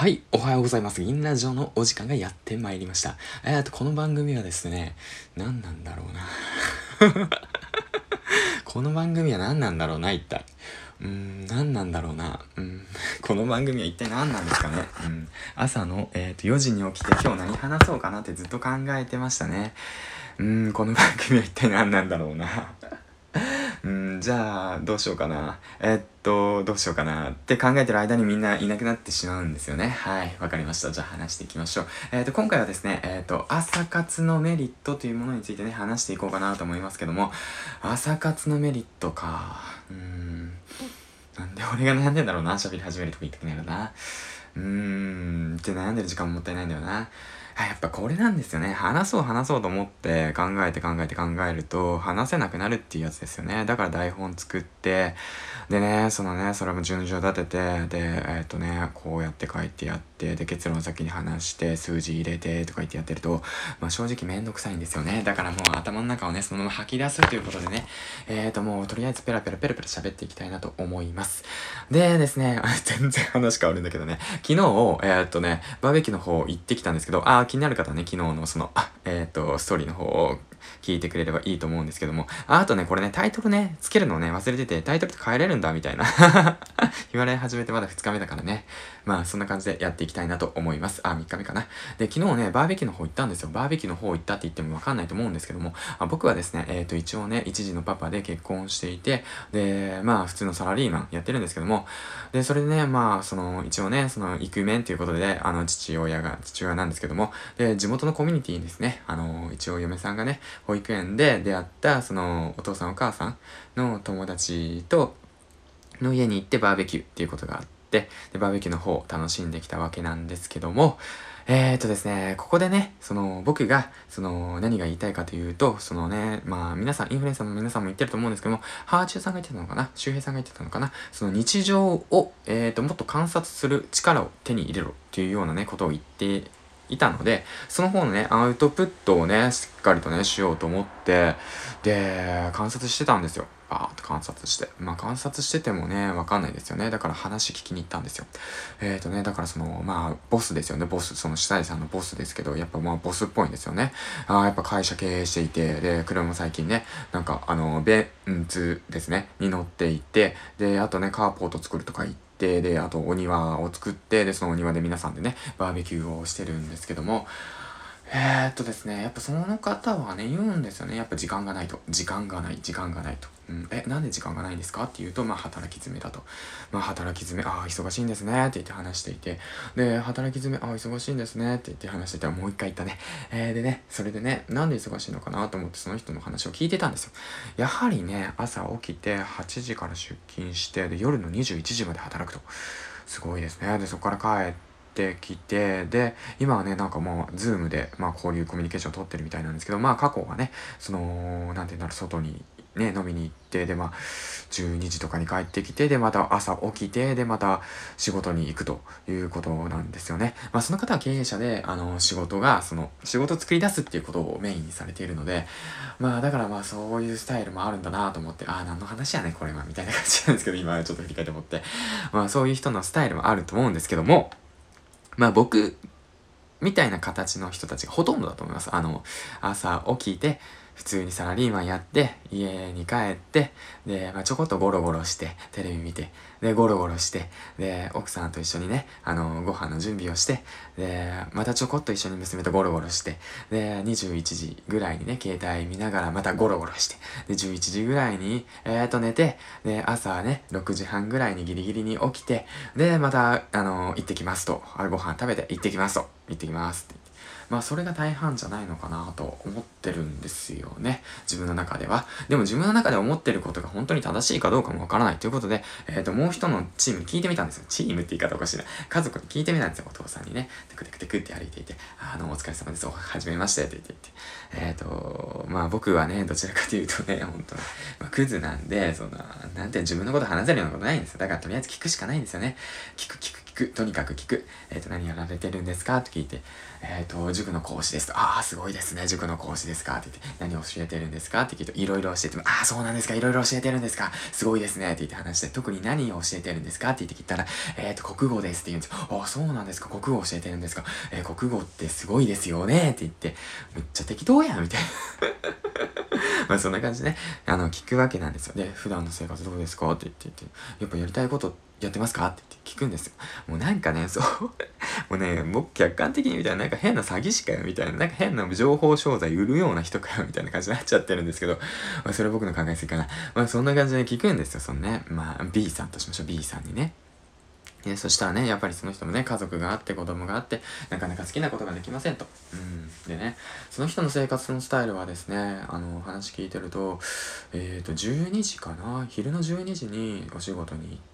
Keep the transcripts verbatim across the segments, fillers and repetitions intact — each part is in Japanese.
はい、おはようございます。銀ラジオのお時間がやってまいりました。えーと、この番組はですね、何なんだろうな。この番組は何なんだろうな、一体。うーん、何なんだろうな。うん、この番組は一体何なんですかね。うん、朝の、えーと、よじに起きて今日何話そうかなってずっと考えてましたね。うーん、この番組は一体何なんだろうな。うん、じゃあ、どうしようかな。えっと、どうしようかなって考えてる間にみんないなくなってしまうんですよね。はい、わかりました。じゃあ話していきましょう。えっと、今回はですね、えっと、朝活のメリットというものについてね、話していこうかなと思いますけども、朝活のメリットか。うーん。なんで俺が悩んでんだろうな、喋り始めるとこ言ってくれるな。うーん、って悩んでる時間ももったいないんだよな。あ、やっぱこれなんですよね。話そう話そうと思って考えて考えて考えると話せなくなるっていうやつですよね。だから台本作って、でね、そのね、それも順序立てて、で、えーっとね、こうやって書いてやって、で、結論を先に話して、数字入れてとか言ってやってると、まあ正直めんどくさいんですよね。だからもう頭の中をね、そのまま吐き出すということでね、えーっともうとりあえずペラペラペラペラ喋っていきたいなと思います。でですね、全然話変わるんだけどね、昨日、えーっとね、バーベキューの方行ってきたんですけど、あー、気になる方はね、昨日のその、あ、えーっと、ストーリーの方を聞いてくれればいいと思うんですけども、あ、あとね、これね、タイトルね、つけるのをね、忘れてて、タイトルって変えれるんだ、みたいな言われ始めてまだふつかめだからね。まあ、そんな感じでやっていきたいなと思います。あ、みっかめかな。で、昨日ね、バーベキューの方行ったんですよ。バーベキューの方行ったって言ってもわかんないと思うんですけども、あ、僕はですね、えっと、一応ね、一児のパパで結婚していて、で、まあ、普通のサラリーマンやってるんですけども、で、それでね、まあ、その、一応ね、その、イクメンということで、あの、父親が、父親なんですけども、で、地元のコミュニティにですね、あの、一応嫁さんがね、保育園で出会った、その、お父さんお母さんの友達と、の家に行ってバーベキューっていうことがあって、で、バーベキューの方を楽しんできたわけなんですけども、えーとですね、ここでね、その、僕が、その、何が言いたいかというと、そのね、まあ、皆さん、インフルエンサーの皆さんも言ってると思うんですけども、ハーチューさんが言ってたのかな、周平さんが言ってたのかな、その日常を、えーと、もっと観察する力を手に入れろっていうようなね、ことを言っていたので、その方のね、アウトプットをね、しっかりとね、しようと思って、で、観察してたんですよ。バーっと観察して。まあ観察しててもね、わかんないですよね。だから話聞きに行ったんですよ。えーとね、だからその、まあ、ボスですよね。ボス、その下地さんのボスですけど、やっぱまあボスっぽいんですよね。ああ、やっぱ会社経営していて、で、車も最近ね、なんかあの、ベンツですね、に乗っていて、で、あとね、カーポート作るとか言って、で、あとお庭を作って、で、そのお庭で皆さんでね、バーベキューをしてるんですけども、えーっとですね、やっぱその方はね、言うんですよね。やっぱ時間がないと。時間がない、時間がないと。うん、え、なんで時間がないんですかって言うと、まあ働き詰めだと。まあ働き詰め、ああ、忙しいんですねって言って話していて。で、働き詰め、ああ、忙しいんですねって言って話してたらもう一回言ったね。えー、でね、それでね、なんで忙しいのかなと思ってその人の話を聞いてたんですよ。やはりね、朝起きてはちじから出勤して、で、夜のにじゅういちじまで働くと。すごいですね。で、そこから帰って、ってきて、で、今はね、なんかもう、ズームで、まあ、交流、コミュニケーションを取ってるみたいなんですけど、まあ、過去はね、その、なんていうんだろう、外に、ね、飲みに行って、で、まあ、じゅうにじとかに帰ってきて、で、また朝起きて、で、また仕事に行くということなんですよね。まあ、その方は経営者で、あの、仕事が、その、仕事を作り出すっていうことをメインにされているので、まあ、だからまあ、そういうスタイルもあるんだなと思って、ああ、何の話やねん、これは、みたいな感じなんですけど、今ちょっと振り返って思って。まあ、そういう人のスタイルもあると思うんですけども、まあ僕みたいな形の人たちがほとんどだと思います。あの、朝起きて、普通にサラリーマンやって、家に帰って、で、まあ、ちょこっとゴロゴロして、テレビ見て、で、ゴロゴロして、で、奥さんと一緒にね、あの、ご飯の準備をして、で、またちょこっと一緒に娘とゴロゴロして、で、にじゅういちじぐらいにね、携帯見ながらまたゴロゴロして、で、じゅういちじぐらいに、えーと寝て、で、朝ね、ろくじはんぐらいにギリギリに起きて、で、また、あの、行ってきますと、あご飯食べて行ってきますと、行ってきますって。まあそれが大半じゃないのかなと思ってるんですよね。自分の中では。でも自分の中で思ってることが本当に正しいかどうかもわからないということで、えっと、もう一のチームに聞いてみたんですよ。チームって言い方おかしいな。家族に聞いてみたんですよ。お父さんにね。テクテクテクって歩いていて、あの、お疲れ様です。おはじめましてって言って言って。えっと、まあ僕はね、どちらかというとね、本当に、まあクズなんで、そんな、なんて自分のこと話せるようなことないんですよ。だからとりあえず聞くしかないんですよね。聞く聞く聞聞く。とにかく聞く。えっ、ー、と、何やられてるんですかって聞いて、えっ、ー、と、塾の講師ですと。ああ、すごいですね。塾の講師ですかって言って、何を教えてるんですかって聞いて、いろいろ教えても、ああ、そうなんですか。いろいろ教えてるんですか。すごいですね。って言って話して、特に何を教えてるんですかって言って聞いたら、えっ、ー、と、国語ですって言うんですよ。ああ、そうなんですか。国語教えてるんですか。えー、国語ってすごいですよね。って言って、めっちゃ適当やんみたいな。まあそんな感じでね、あの、聞くわけなんですよ。で、普段の生活どうですかって言って言って、やっぱやりたいことやってますかって言って聞くんですよ。もうなんかね、そう、もうね、僕客観的に見たらなんか変な詐欺師かよみたいな、なんか変な情報商材売るような人かよみたいな感じになっちゃってるんですけど、まあそれは僕の考えすぎかな。まあそんな感じで聞くんですよ、そのね、まあ B さんとしましょう、B さんにね。えそしたらね、やっぱりその人もね、家族があって子供があって、なかなか好きなことができませんと。うん。でね、その人の生活のスタイルはですね、あの、話聞いてると、えっと、じゅうにじかな昼のじゅうにじにお仕事に行って、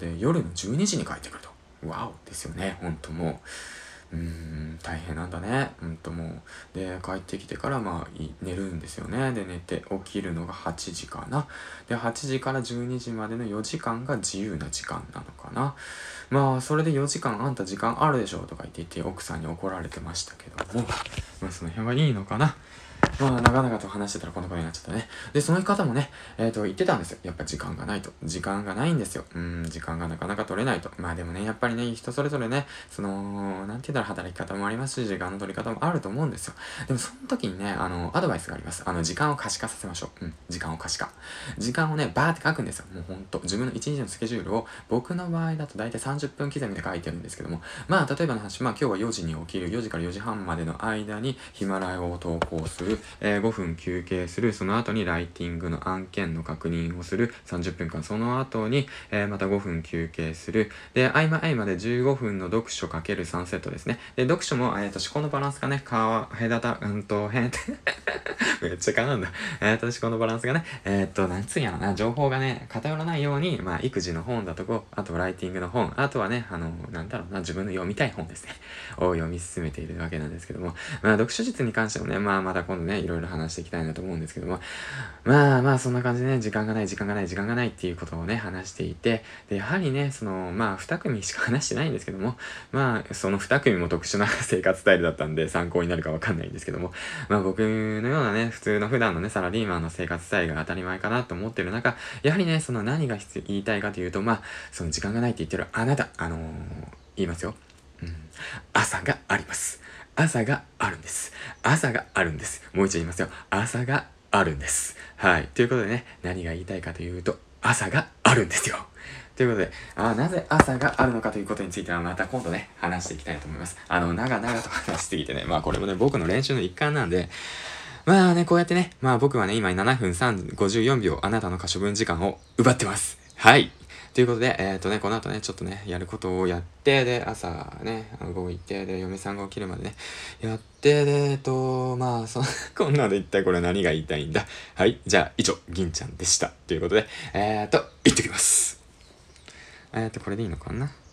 で、夜のじゅうにじに帰ってくると。わおですよね、ほんともう。うーん、大変なんだね。うんともう。で、帰ってきてから、まあ、寝るんですよね。で、寝て起きるのがはちじかな。で、はちじからじゅうにじまでのよじかんが自由な時間なのかな。まあ、それでよじかんあんた時間あるでしょとか言っていて、奥さんに怒られてましたけども、まあ、その辺はいいのかな。まあ、長々と話してたらこんなことになっちゃったね。で、その方もね、えっと、言ってたんですよ。やっぱ時間がないと。時間がないんですよ。うん、時間がなかなか取れないと。まあでもね、やっぱりね、人それぞれね、その、なんて言ったら働き方もありますし、時間の取り方もあると思うんですよ。でもその時にね、あの、アドバイスがあります。あの、時間を可視化させましょう。うん、時間を可視化。時間をね、バーって書くんですよ。もうほんと。自分の一日のスケジュールを、僕の場合だと大体さんじゅっぷん刻みで書いてるんですけども、まあ、例えばの話、まあ今日はよじに起きる、よじからよじはんまでの間にヒマラヤを投稿する、えー、ごふん休憩する、その後にライティングの案件の確認をする、さんじゅっぷんかん、その後に、えー、またごふん休憩する、で、合間合間でじゅうごふんの読書かけるさんセットですね。で、読書も、えっと、思考のバランスがね、かわ、へだた、うんと、へん、めっちゃかなんだ。えっと、思考のバランスがね、えっと、なんつうんやろな、情報がね、偏らないように、まあ、育児の本だとか、あとライティングの本、あとはね、あの、なんだろうな、自分の読みたい本ですね。を読み進めているわけなんですけども、まあ、読書術に関してもね、まあ、また今度ね、いろいろ話していきたいなと思うんですけども、まあまあ、そんな感じでね、時間がない、時間がない、時間がないっていうことをね、話していて、で、やはりね、その、まあ、二組しか話してないんですけども、まあ、その二組も特殊な生活スタイルだったんで、参考になるかわかんないんですけども、まあ、僕のようなね、普通の普段のね、サラリーマンの生活スタイルが当たり前かなと思ってる中、やはりね、その何が必要言いたいかというと、まあ、その時間がないって言ってるあなた、あのー、言いますよ。うん。朝があります。朝があるんです。朝があるんです。もう一度言いますよ。朝があるんです。はい。ということでね、何が言いたいかというと、朝があるんですよ。ということで、あなぜ朝があるのかということについてはまた今度ね、話していきたいと思います。あの、長々と話しすぎてね、まあこれもね、僕の練習の一環なんで、まあね、こうやってね、まあ僕はね、今ななふんごじゅうよんびょう、あなたの可処分時間を奪ってます。はい。ということで、えっ、ー、とね、この後ね、ちょっとね、やることをやって、で、朝ね、動いて、で、嫁さんが起きるまでね、やって、で、えっ、ー、と、まあ、そ、こんなので一体これ何が言いたいんだ。はい。じゃあ、以上、銀ちゃんでした。ということで、えっ、ー、と、行ってきます。えっ、ー、と、これでいいのかな